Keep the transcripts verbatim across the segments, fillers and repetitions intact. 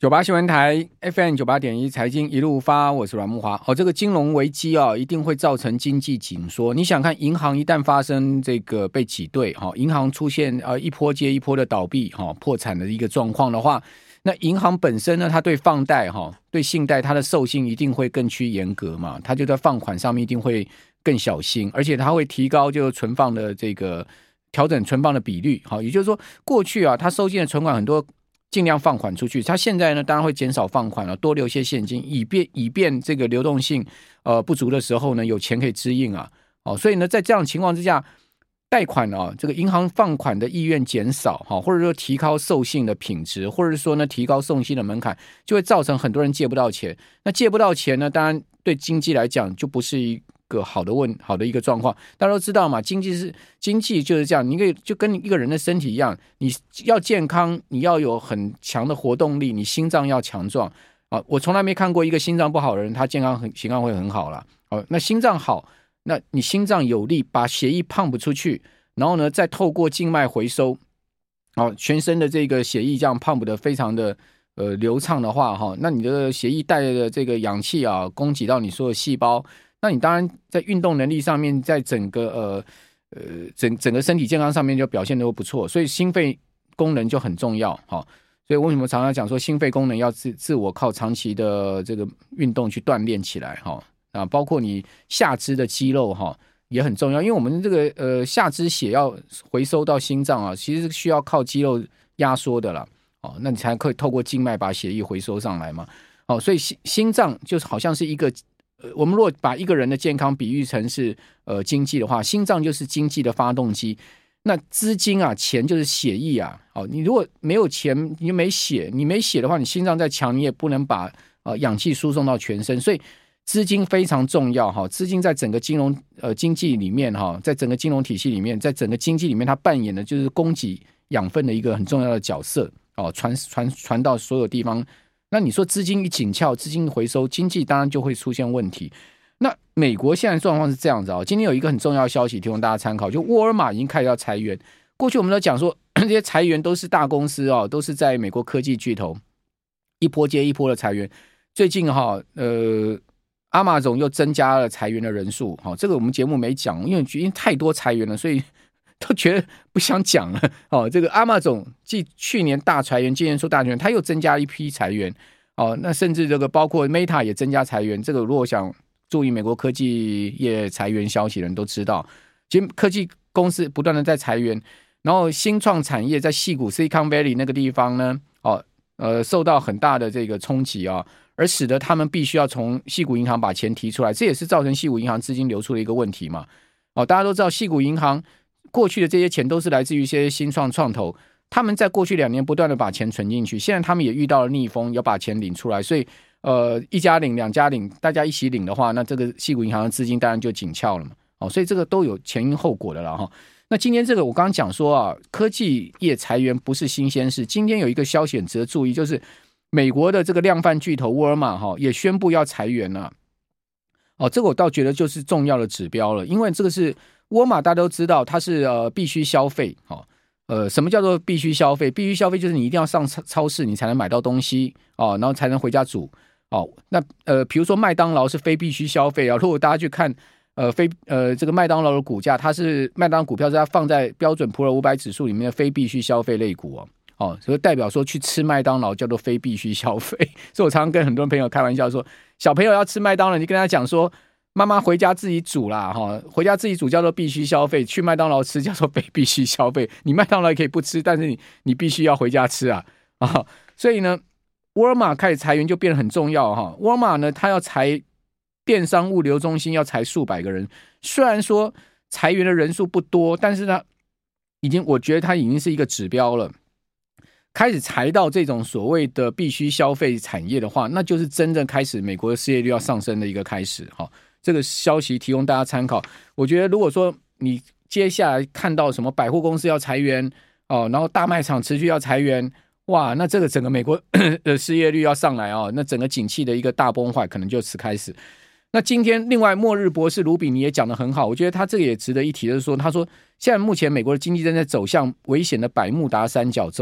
九八新闻台 F M 九八点一财经一路发，我是阮慕骅。哦，这个金融危机啊，一定会造成经济紧缩。你想看，银行一旦发生这个被挤兑，哈、哦，银行出现呃一波接一波的倒闭，哈、哦，破产的一个状况的话，那银行本身呢，它对放贷哈、哦，对信贷它的授信一定会更趋严格嘛，它就在放款上面一定会更小心，而且它会提高就存放的这个调整存放的比率，好、哦，也就是说，过去啊，它收进的存款很多。尽量放款出去，他现在呢，当然会减少放款了，多留些现金，以便以便这个流动性呃不足的时候呢，有钱可以支应啊。哦，所以呢，在这样的情况之下，贷款啊，这个银行放款的意愿减少，哈，或者说提高授信的品质，或者说呢，提高送信的门槛，就会造成很多人借不到钱。那借不到钱呢，当然对经济来讲就不是一个好的问好的一个状况。大家都知道嘛，经济是经济就是这样，你可以就跟一个人的身体一样，你要健康，你要有很强的活动力，你心脏要强壮啊。我从来没看过一个心脏不好的人，他健康很心脏会很好啦。哦，那心脏好，那你心脏有力，把血液pump出去，然后呢，再透过静脉回收，哦，全身的这个血液这样pump的非常的呃流畅的话，哈、哦，那你的血液带的这个氧气啊，供给到你所有细胞。那你当然在运动能力上面，在整个呃呃整整个身体健康上面就表现都不错，所以心肺功能就很重要，哈、哦。所以为什么常常讲说心肺功能要自自我靠长期的这个运动去锻炼起来，哈、哦、啊，包括你下肢的肌肉，哈、哦、也很重要，因为我们这个呃下肢血要回收到心脏啊，其实是需要靠肌肉压缩的啦，哦，那你才可以透过静脉把血液回收上来嘛，哦，所以心心脏就是好像是一个。我们如果把一个人的健康比喻成是呃经济的话，心脏就是经济的发动机。那资金啊，钱就是血液啊。哦，你如果没有钱，你就没血，你没血的话，你心脏再强，你也不能把呃氧气输送到全身。所以资金非常重要哈。资金在整个金融呃经济里面哈，在整个金融体系里面，在整个经济里面，它扮演的就是供给养分的一个很重要的角色哦，传传传到所有地方。那你说资金一紧俏，资金回收，经济当然就会出现问题。那美国现在状况是这样子啊，今天有一个很重要的消息提供大家参考，就沃尔玛已经开始要裁员。过去我们都讲说，这些裁员都是大公司哦，都是在美国科技巨头一波接一波的裁员。最近哈、哦，呃，阿玛总又增加了裁员的人数，好、哦，这个我们节目没讲，因为因为太多裁员了，所以。都觉得不想讲了哦。这个阿玛总继去年大裁员，今年说大裁员，他又增加一批裁员哦。那甚至这个包括 Meta 也增加裁员。这个如果想注意美国科技业裁员消息的人都知道，其实科技公司不断的在裁员，然后新创产业在矽谷 Silicon Valley 那个地方呢，哦呃受到很大的这个冲击啊、哦，而使得他们必须要从矽谷银行把钱提出来，这也是造成矽谷银行资金流出的一个问题嘛。哦，大家都知道矽谷银行。过去的这些钱都是来自于一些新创创投，他们在过去两年不断的把钱存进去，现在他们也遇到了逆风，要把钱领出来，所以呃一家领两家领，大家一起领的话，那这个矽谷银行的资金当然就紧俏了嘛。哦，所以这个都有前因后果的了哈。那今天这个我刚刚讲说啊，科技业裁员不是新鲜事，今天有一个消息很值得注意，就是美国的这个量贩巨头沃尔玛哈也宣布要裁员了。哦，这个我倒觉得就是重要的指标了，因为这个是。沃尔玛大家都知道，它是呃必须消费，哦，呃，什么叫做必须消费？必须消费就是你一定要上超市，你才能买到东西哦，然后才能回家煮哦。那呃，比如说麦当劳是非必须消费啊。如果大家去看呃非呃这个麦当劳的股价，它是麦当劳股票是它放在标准普尔五百指数里面的非必须消费类股哦，哦，所以代表说去吃麦当劳叫做非必须消费。所以我常常跟很多朋友开玩笑说，小朋友要吃麦当劳，你跟他讲说。妈妈回家自己煮啦，回家自己煮叫做必须消费，去麦当劳吃叫做非必须消费。你麦当劳也可以不吃，但是你你必须要回家吃啊啊！所以呢，沃尔玛开始裁员就变得很重要哈。沃尔玛呢，它要裁电商物流中心要裁数百个人，虽然说裁员的人数不多，但是呢，已经我觉得它已经是一个指标了。开始裁到这种所谓的必须消费产业的话，那就是真正开始美国的失业率要上升的一个开始哈。这个消息提供大家参考。我觉得如果说你接下来看到什么百货公司要裁员哦，然后大卖场持续要裁员，哇，那这个整个美国的失业率要上来哦，那整个景气的一个大崩坏可能就此开始。那今天另外末日博士卢比尼也讲得很好，我觉得他这个也值得一提，就是说他说现在目前美国的经济正在走向危险的百慕达三角洲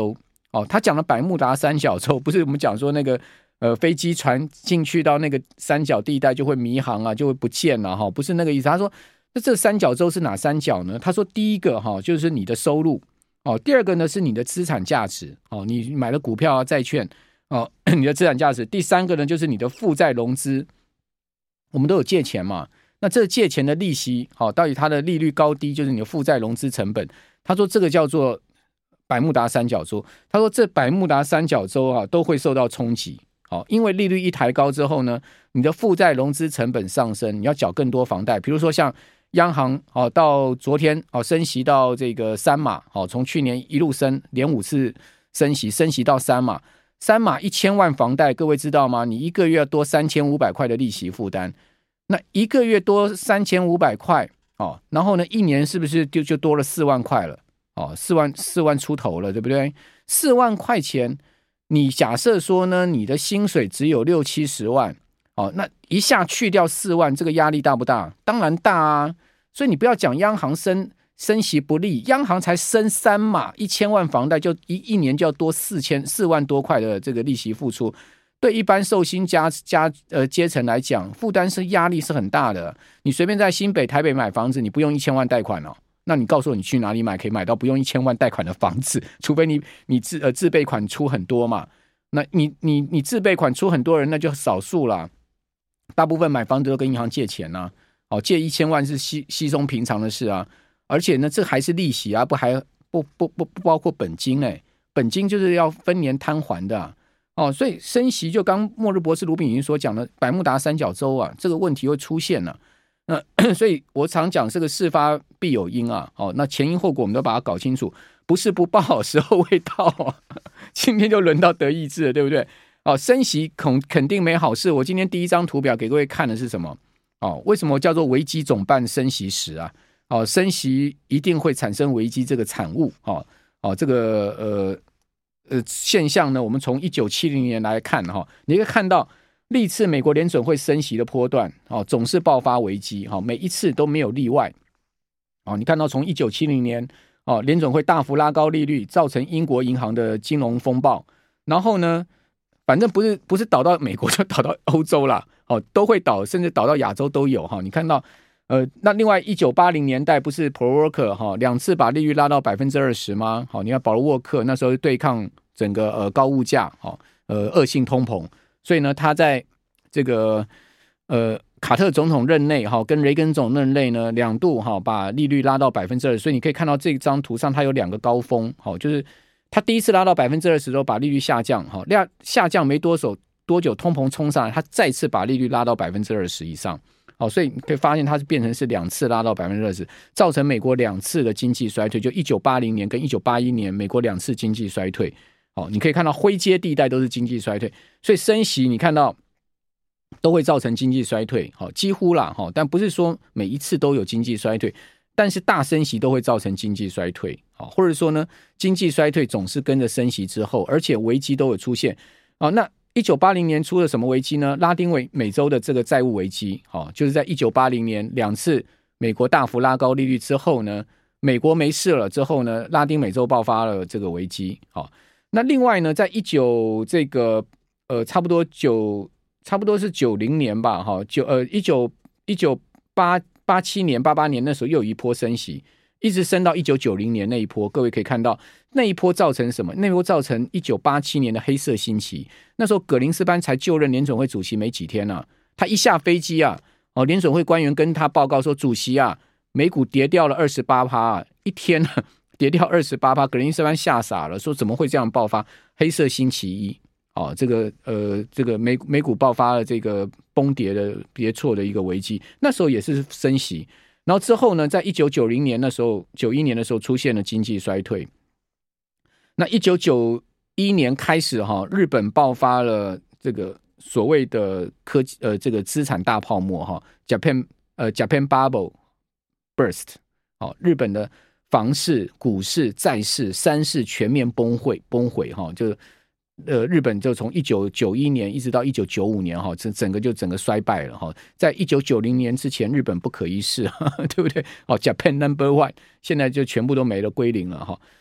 哦，他讲了百慕达三角洲，不是我们讲说那个呃飞机船进去到那个三角地带就会迷航啊，就会不见了哈、哦，不是那个意思。他说，那这三角洲是哪三角呢？他说第一个哈、哦、就是你的收入哦，第二个呢是你的资产价值哦，你买的股票啊、债券哦，你的资产价值。第三个呢就是你的负债融资，我们都有借钱嘛。那这借钱的利息，好，到底它的利率高低，就是你的负债融资成本。他说这个叫做百慕达三角洲。他说这百慕达三角洲啊都会受到冲击，好，因为利率一抬高之后呢，你的负债融资成本上升，你要缴更多房贷。比如说像央行哦，到昨天哦升息到这个三码，哦，从去年一路升，连五次升息，升息到三码，三码一千万房贷，各位知道吗？你一个月要多三千五百块的利息负担。那一个月多三千五百块哦，然后呢，一年是不是就就多了四万块了？哦，四万四万出头了，对不对？四万块钱，你假设说呢，你的薪水只有六七十万，哦，那一下去掉四万，这个压力大不大？当然大啊！所以你不要讲央行升升息不利，央行才升三码，一千万房贷就一一年就要多四千四万多块的这个利息付出。对一般受薪家家呃阶层来讲，负担是压力是很大的。你随便在新北、台北买房子，你不用一千万贷款哦。那你告诉我，你去哪里买可以买到不用一千万贷款的房子？除非你你自呃自备款出很多嘛。那你你你自备款出很多人，那就少数啦。大部分买房子都跟银行借钱啊，哦，借一千万是稀稀松平常的事啊。而且呢，这还是利息啊，不还不不不不包括本金哎、欸，本金就是要分年摊还的啊。哦，所以升息就刚末日博士卢炳云所讲的百慕达三角洲啊，这个问题会出现了、啊。那所以我常讲这个事发必有因啊，哦，那前因后果我们都把它搞清楚，不是不报，时候未到、啊。今天就轮到德意志了，对不对？哦，升息肯肯定没好事。我今天第一张图表给各位看的是什么？哦，为什么叫做危机总办升息时啊？哦，升息一定会产生危机这个产物。哦哦，这个呃。呃，现象呢，我们从一九七零年来看哈，你可以看到历次美国联准会升息的波段，哦，总是爆发危机，哈，每一次都没有例外。哦，你看到从一九七零年，哦，联准会大幅拉高利率，造成英国银行的金融风暴，然后呢，反正不是不是倒到美国就倒到欧洲啦，哦，都会倒，甚至倒到亚洲都有哈。你看到。呃，那另外一九八零年代不是 Paul Volcker 哈两次把利率拉到百分之二十吗？好，你看保罗沃克那时候对抗整个呃高物价，好呃恶性通膨，所以呢他在这个呃卡特总统任内哈跟雷根总统任内呢两度哈把利率拉到百分之二十，所以你可以看到这张图上它有两个高峰，好就是他第一次拉到百分之二十之后把利率下降，好下降没多久多久通膨冲上来，他再次把利率拉到百分之二十以上。哦，所以你可以发现它是变成是两次拉到百分之二十，造成美国两次的经济衰退，就一九八零年跟一九八一年美国两次经济衰退。哦，你可以看到灰阶地带都是经济衰退，所以升息你看到都会造成经济衰退，好、哦，几乎啦，哈、哦，但不是说每一次都有经济衰退，但是大升息都会造成经济衰退，好、哦，或者说呢，经济衰退总是跟着升息之后，而且危机都有出现，哦，那。一九八零年出了什么危机呢？拉丁美洲的这个债务危机，哦，就是在一九八零年两次美国大幅拉高利率之后呢，美国没事了之后呢，拉丁美洲爆发了这个危机，哦，那另外呢，在一九这个呃差不多九差不多是九零年吧，哈、哦，九呃一九一九八八七年八八年那时候又有一波升息。一直升到一九九零年那一波，各位可以看到那一波造成什么？那一波造成一九八七年的黑色星期。那时候葛林斯潘才就任联准会主席没几天啊，他一下飞机啊，哦，联准会官员跟他报告说，主席啊，美股跌掉了 百分之二十八、啊、一天、啊、跌掉 百分之二十八， 葛林斯潘吓傻了，说怎么会这样爆发？黑色星期一，哦，这个呃，这个美美股爆发了这个崩跌的跌挫的一个危机，那时候也是升息。然后之后呢，在一九九零年那时候，九一年的时候出现了经济衰退。那一九九一年开始哈，日本爆发了这个所谓的科技呃这个资产大泡沫哈 ，Japan 呃 Japan Bubble Burst， 好，日本的房市、股市、债市三市全面崩溃崩溃哈，就呃，日本就从一九九一年一直到一九九五年哈，整整个就整个衰败了哈。在一九九零年之前，日本不可一世，对不对？哦 ，Japan Number One， 现在就全部都没了，归零了哈。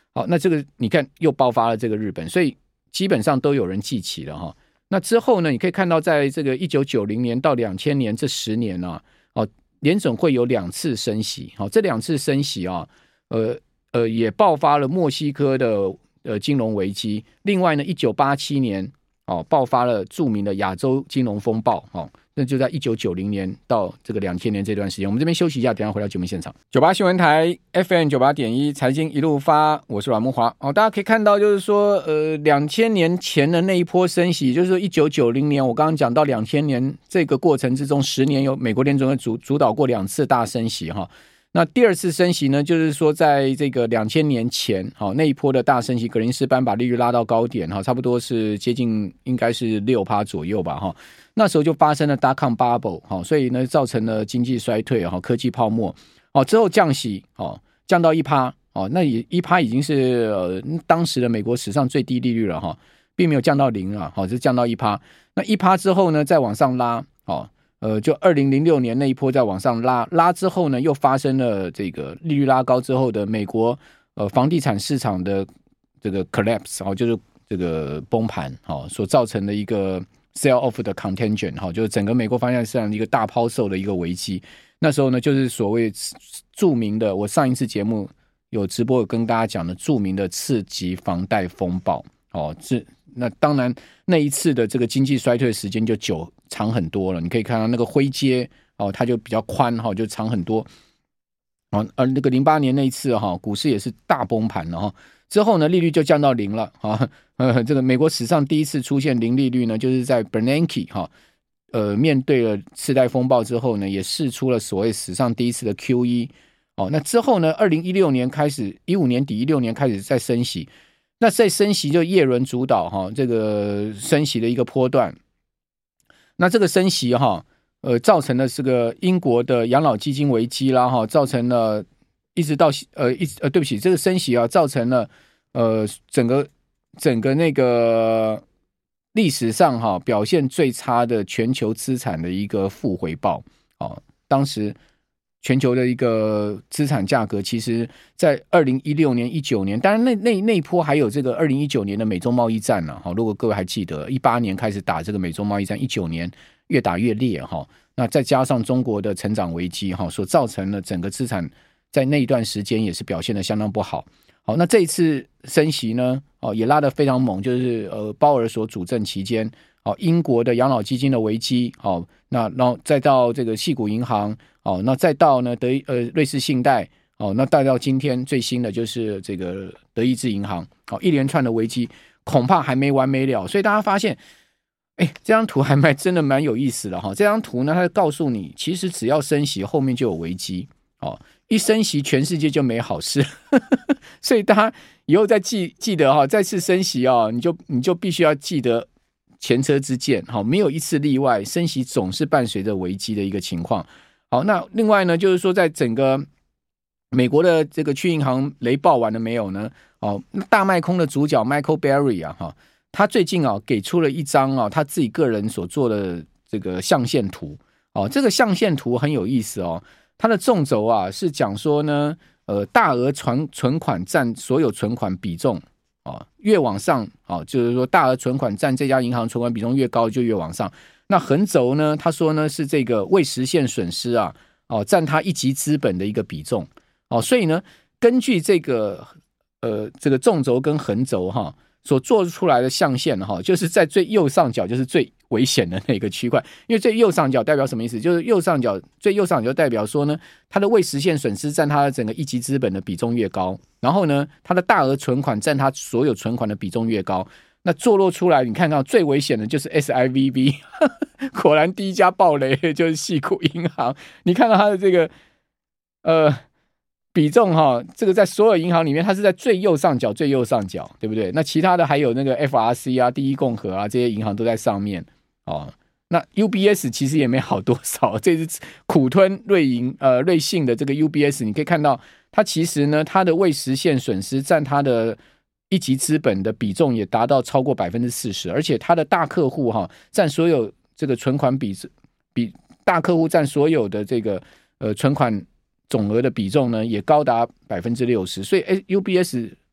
好，那这个你看又爆发了这个日本，所以基本上都有人记起了哈。那之后呢，你可以看到在这个一九九零年到两千年这十年啊，哦，联准会有两次升息，好，这两次升息啊，呃呃也爆发了墨西哥的呃金融危机，另外呢，一九八七年哦爆发了著名的亚洲金融风暴，哦。那就在一九九零年到这个两千年这段时间，我们这边休息一下，等一下回到节目现场。九八新闻台 F M 九八点一财经一路发，我是阮慕骅。哦，大家可以看到，就是说，呃，两千年前的那一波升息，就是说一九九零年，我刚刚讲到两千年这个过程之中，十年有美国联准会主主导过两次大升息哈。那第二次升息呢，就是说在这个两千年前，好那一波的大升息，格林斯潘把利率拉到高点哈，差不多是接近应该是六趴左右吧哈。那时候就发生了 dot-com bubble， 所以呢造成了经济衰退，科技泡沫，之后降息降到 百分之一， 那也 百分之一 已经是、呃、当时的美国史上最低利率了，并没有降到零了，只是降到 百分之一。 那 百分之一 之后呢再往上拉，呃，就二零零六年那一波再往上拉，拉之后呢又发生了这个利率拉高之后的美国呃房地产市场的这个 collapse， 就是这个崩盘所造成的一个sell off 的 contagion， 就是整个美国房地产市场的一个大抛售的一个危机。那时候呢，就是所谓著名的，我上一次节目有直播有跟大家讲的著名的次级房贷风暴。哦，是那当然那一次的这个经济衰退的时间就久长很多了。你可以看到那个灰阶哦，它就比较宽哈、哦，就长很多。哦，而那个零八年那一次哈、哦，股市也是大崩盘了哈、哦。之后呢，利率就降到零了啊。呃，这个美国史上第一次出现零利率呢，就是在 Bernanke 哈、哦，呃，面对了次贷风暴之后呢，也释出了所谓史上第一次的 Q E。哦，那之后呢，二零一六年开始，一五年底一六年开始再升息。那在升息就叶伦主导哈，这个升息的一个波段。那这个升息哈，呃，造成了这个英国的养老基金危机啦哈，造成了一直到呃一呃对不起，这个升息啊，造成了呃整个整个那个历史上哈表现最差的全球资产的一个负回报哦，当时。全球的一个资产价格，其实在二零一六年、一九年，当然那那那一波还有这个二零一九年的美中贸易战呢、啊。如果各位还记得，一八年开始打这个美中贸易战，一九年越打越烈哈。那再加上中国的成长危机哈，所造成了整个资产在那一段时间也是表现得相当不好。好，那这一次升息呢，哦也拉得非常猛，就是呃鲍尔所主政期间。哦，英国的养老基金的危机，哦，那然后再到这个矽谷银行，哦，那再到呢德呃瑞士信贷，哦，那带到今天最新的就是这个德意志银行，哦，一连串的危机恐怕还没完没了，所以大家发现，哎，这张图还蛮真的蛮有意思的哈、哦。这张图呢，它告诉你，其实只要升息，后面就有危机，哦，一升息，全世界就没好事，所以大家以后再记记得哈、哦，再次升息哦，你就你就必须要记得。前车之鉴，好，没有一次例外，升息总是伴随着危机的一个情况。好，那另外呢，就是说，在整个美国的这个区银行雷爆完了没有呢？哦，大卖空的主角 Michael Burry 啊，哈，他最近啊给出了一张啊他自己个人所做的这个象限图。哦，这个象限图很有意思哦，它的纵轴啊是讲说呢，呃，大额存存款占所有存款比重。哦、越往上、哦、就是说大额存款占这家银行存款比重越高就越往上。那横轴呢，他说呢是这个未实现损失啊，哦，占他一级资本的一个比重。哦，所以呢，根据这个呃这个纵轴跟横轴哈、哦、所做出来的象限哈、哦，就是在最右上角就是最危险的那个区块，因为最右上角代表什么意思？就是右上角最右上角就代表说呢，它的未实现损失占它的整个一级资本的比重越高，然后呢，它的大额存款占它所有存款的比重越高。那坐落出来，你看看最危险的就是 S I V B， 果然第一家暴雷就是矽谷银行。你看到它的这个呃比重哈，这个在所有银行里面，它是在最右上角，最右上角，对不对？那其他的还有那个 F R C 啊、第一共和啊，这些银行都在上面。哦，那 U B S 其实也没好多少，这是苦吞瑞银呃瑞信的这个 U B S， 你可以看到它其实呢，它的未实现损失占它的一级资本的比重也达到超过百分之四十，而且它的大客户哈占所有这个存款比比大客户占所有的这个呃存款总额的比重呢，也高达百分之六十，所以 U B S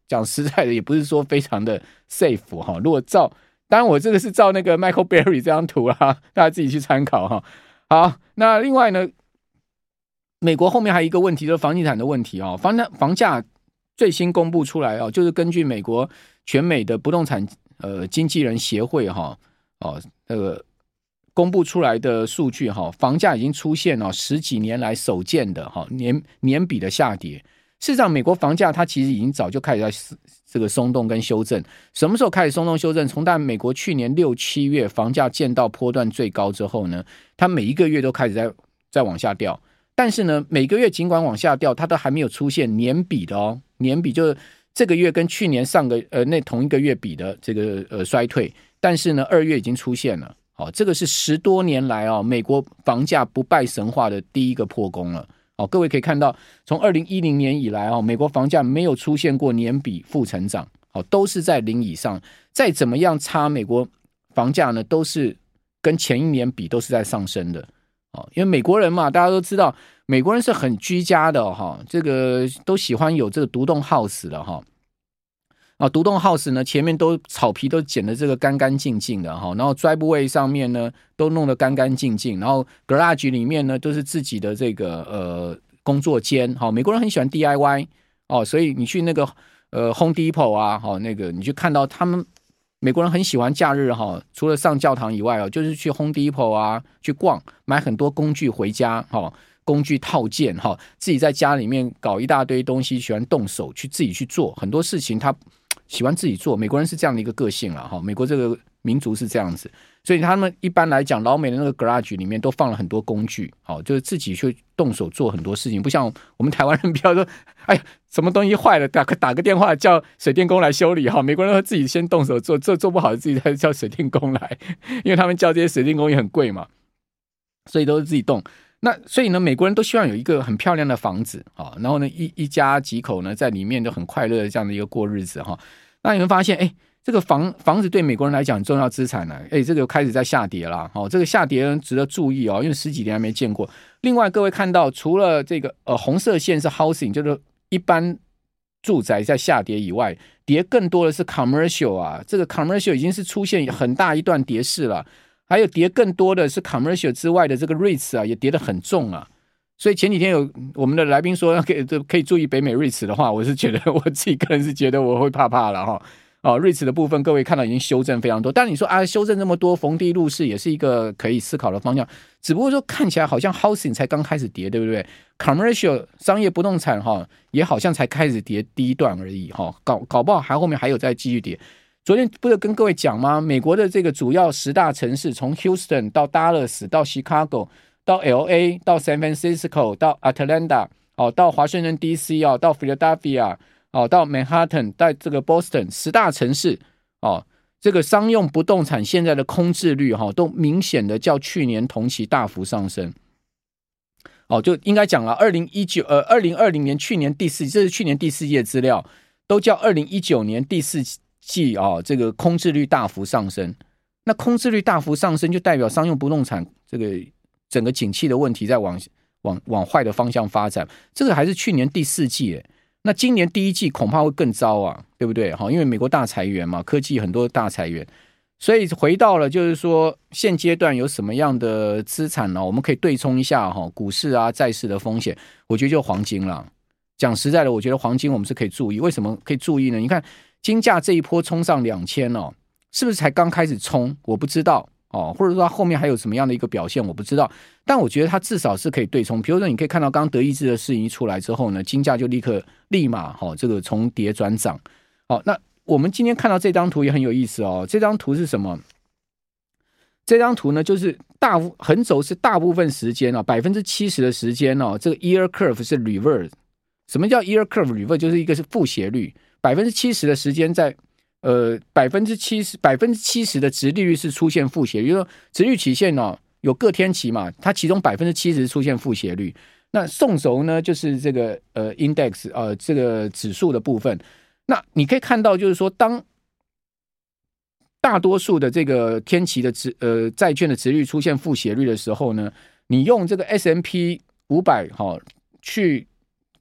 讲实在的，也不是说非常的 safe 哈。如果照，当然我这个是照那个 Michael Berry 这张图啦，大家自己去参考哈。好，那另外呢，美国后面还有一个问题，就是房地产的问题啊。房房价最新公布出来哦，就是根据美国全美的不动产呃经纪人协会哈哦那个。公布出来的数据哈，房价已经出现了十几年来首见的哈年年比的下跌。事实上，美国房价它其实已经早就开始在这个松动跟修正。什么时候开始松动修正？从但美国去年六七月房价见到波段最高之后呢，它每一个月都开始在在往下掉。但是呢，每个月尽管往下掉，它都还没有出现年比的哦，年比就是这个月跟去年上个呃那同一个月比的这个呃衰退。但是呢，二月已经出现了。哦，这个是十多年来哦，美国房价不败神话的第一个破功了。哦，各位可以看到，从二零一零年以来哦，美国房价没有出现过年比负成长，哦，都是在零以上。再怎么样差，美国房价呢都是跟前一年比都是在上升的。哦，因为美国人嘛，大家都知道，美国人是很居家的哈、哦，这个都喜欢有这个独栋 house 的哈。哦啊，独栋 house 呢，前面都草皮都剪得这个干干净净的哈，然后 driveway 上面呢都弄得干干净净，然后 garage 里面呢都是自己的这个呃工作间，好，美国人很喜欢 D I Y 哦，所以你去那个呃 Home Depot 啊，好，那个你就看到他们美国人很喜欢假日哈，除了上教堂以外哦，就是去 Home Depot 啊去逛，买很多工具回家哈。工具套件哈，自己在家里面搞一大堆东西，喜欢动手去自己去做很多事情，他喜欢自己做。美国人是这样的一个个性啦哈，美国这个民族是这样子，所以他们一般来讲，老美的那个 garage 里面都放了很多工具，好，就是自己去动手做很多事情，不像我们台湾人比较说，哎呀，什么东西坏了，打个打个电话叫水电工来修理哈。美国人会自己先动手做，做做不好自己再叫水电工来，因为他们叫这些水电工也很贵嘛，所以都是自己动。那所以呢，美国人都希望有一个很漂亮的房子啊，然后呢，一一家几口呢，在里面都很快乐的这样的一个过日子哈。那你们发现，哎，这个房房子对美国人来讲重要资产呢，哎，这个开始在下跌了，哦，这个下跌值得注意哦，因为十几年还没见过。另外，各位看到，除了这个呃红色线是 housing， 就是一般住宅在下跌以外，跌更多的是 commercial 啊，这个 commercial 已经是出现很大一段跌势了。还有跌更多的是 commercial 之外的这个 REITs 啊，也跌得很重啊。所以前几天有我们的来宾说可以可以注意北美 REITs 的话，我是觉得我自己个人是觉得我会怕怕了哈。哦 ，REITs 的部分各位看到已经修正非常多，但你说啊，修正这么多，逢低入市也是一个可以思考的方向。只不过说看起来好像 housing 才刚开始跌，对不对 ？commercial 商业不动产哈，也好像才开始跌第一段而已哈，搞搞不好还后面还有再继续跌。昨天不是跟各位讲吗？美国的这个主要十大城市，从 Houston 到 Dallas 到 Chicago 到 L A 到 San Francisco 到 Atlanta 哦，到华盛顿 D C 哦，到 Philadelphia 哦，到 Manhattan 到这个 Boston 十大城市哦，这个商用不动产现在的空置率哈、哦，都明显的较去年同期大幅上升。哦，就应该讲了，二零一九呃二零二零年去年第四，这是去年第四季的资料，都叫二零一九年第四季。季啊，这个空置率大幅上升，那空置率大幅上升，就代表商用不动产这个整个景气的问题在往往往坏的方向发展。这个还是去年第四季，那今年第一季恐怕会更糟啊，对不对？因为美国大裁员嘛，科技很多大裁员，所以回到了就是说现阶段有什么样的资产呢？我们可以对冲一下哈，股市啊、债市的风险，我觉得就黄金了。讲实在的，我觉得黄金我们是可以注意，为什么可以注意呢？你看。金价这一波冲上两千哦，是不是才刚开始冲？我不知道哦，或者说它后面还有什么样的一个表现，我不知道。但我觉得它至少是可以对冲。比如说，你可以看到刚刚德意志的事情一出来之后呢，金价就立刻立马哈、哦、这个从跌转涨。好、哦，那我们今天看到这张图也很有意思哦。这张图是什么？这张图呢，就是大横轴是大部分时间哦，百分之七十的时间哦，这个 year curve 是 reverse。什么叫 year curve reverse？ 就是一个是负斜率。百分之七十的时间在，呃，百分之七十百分之七十的殖利率是出现负斜率，就是说殖利率曲线哦有各天期嘛，它其中百分之七十出现负斜率。那纵轴呢就是这个呃 index 呃这个指数的部分。那你可以看到就是说，当大多数的这个天期的殖呃债券的殖利率出现负斜率的时候呢，你用这个 S and P 五百哈去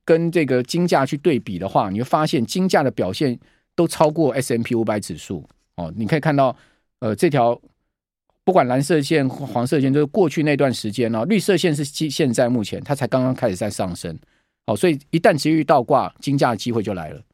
跟这个金价去对比的话，你会发现金价的表现都超过 S and P 五百 指数哦。你可以看到，呃，这条不管蓝色线、黄色线，就是过去那段时间哦，绿色线是现在目前它才刚刚开始在上升。好，所以一旦持续倒挂，金价的机会就来了。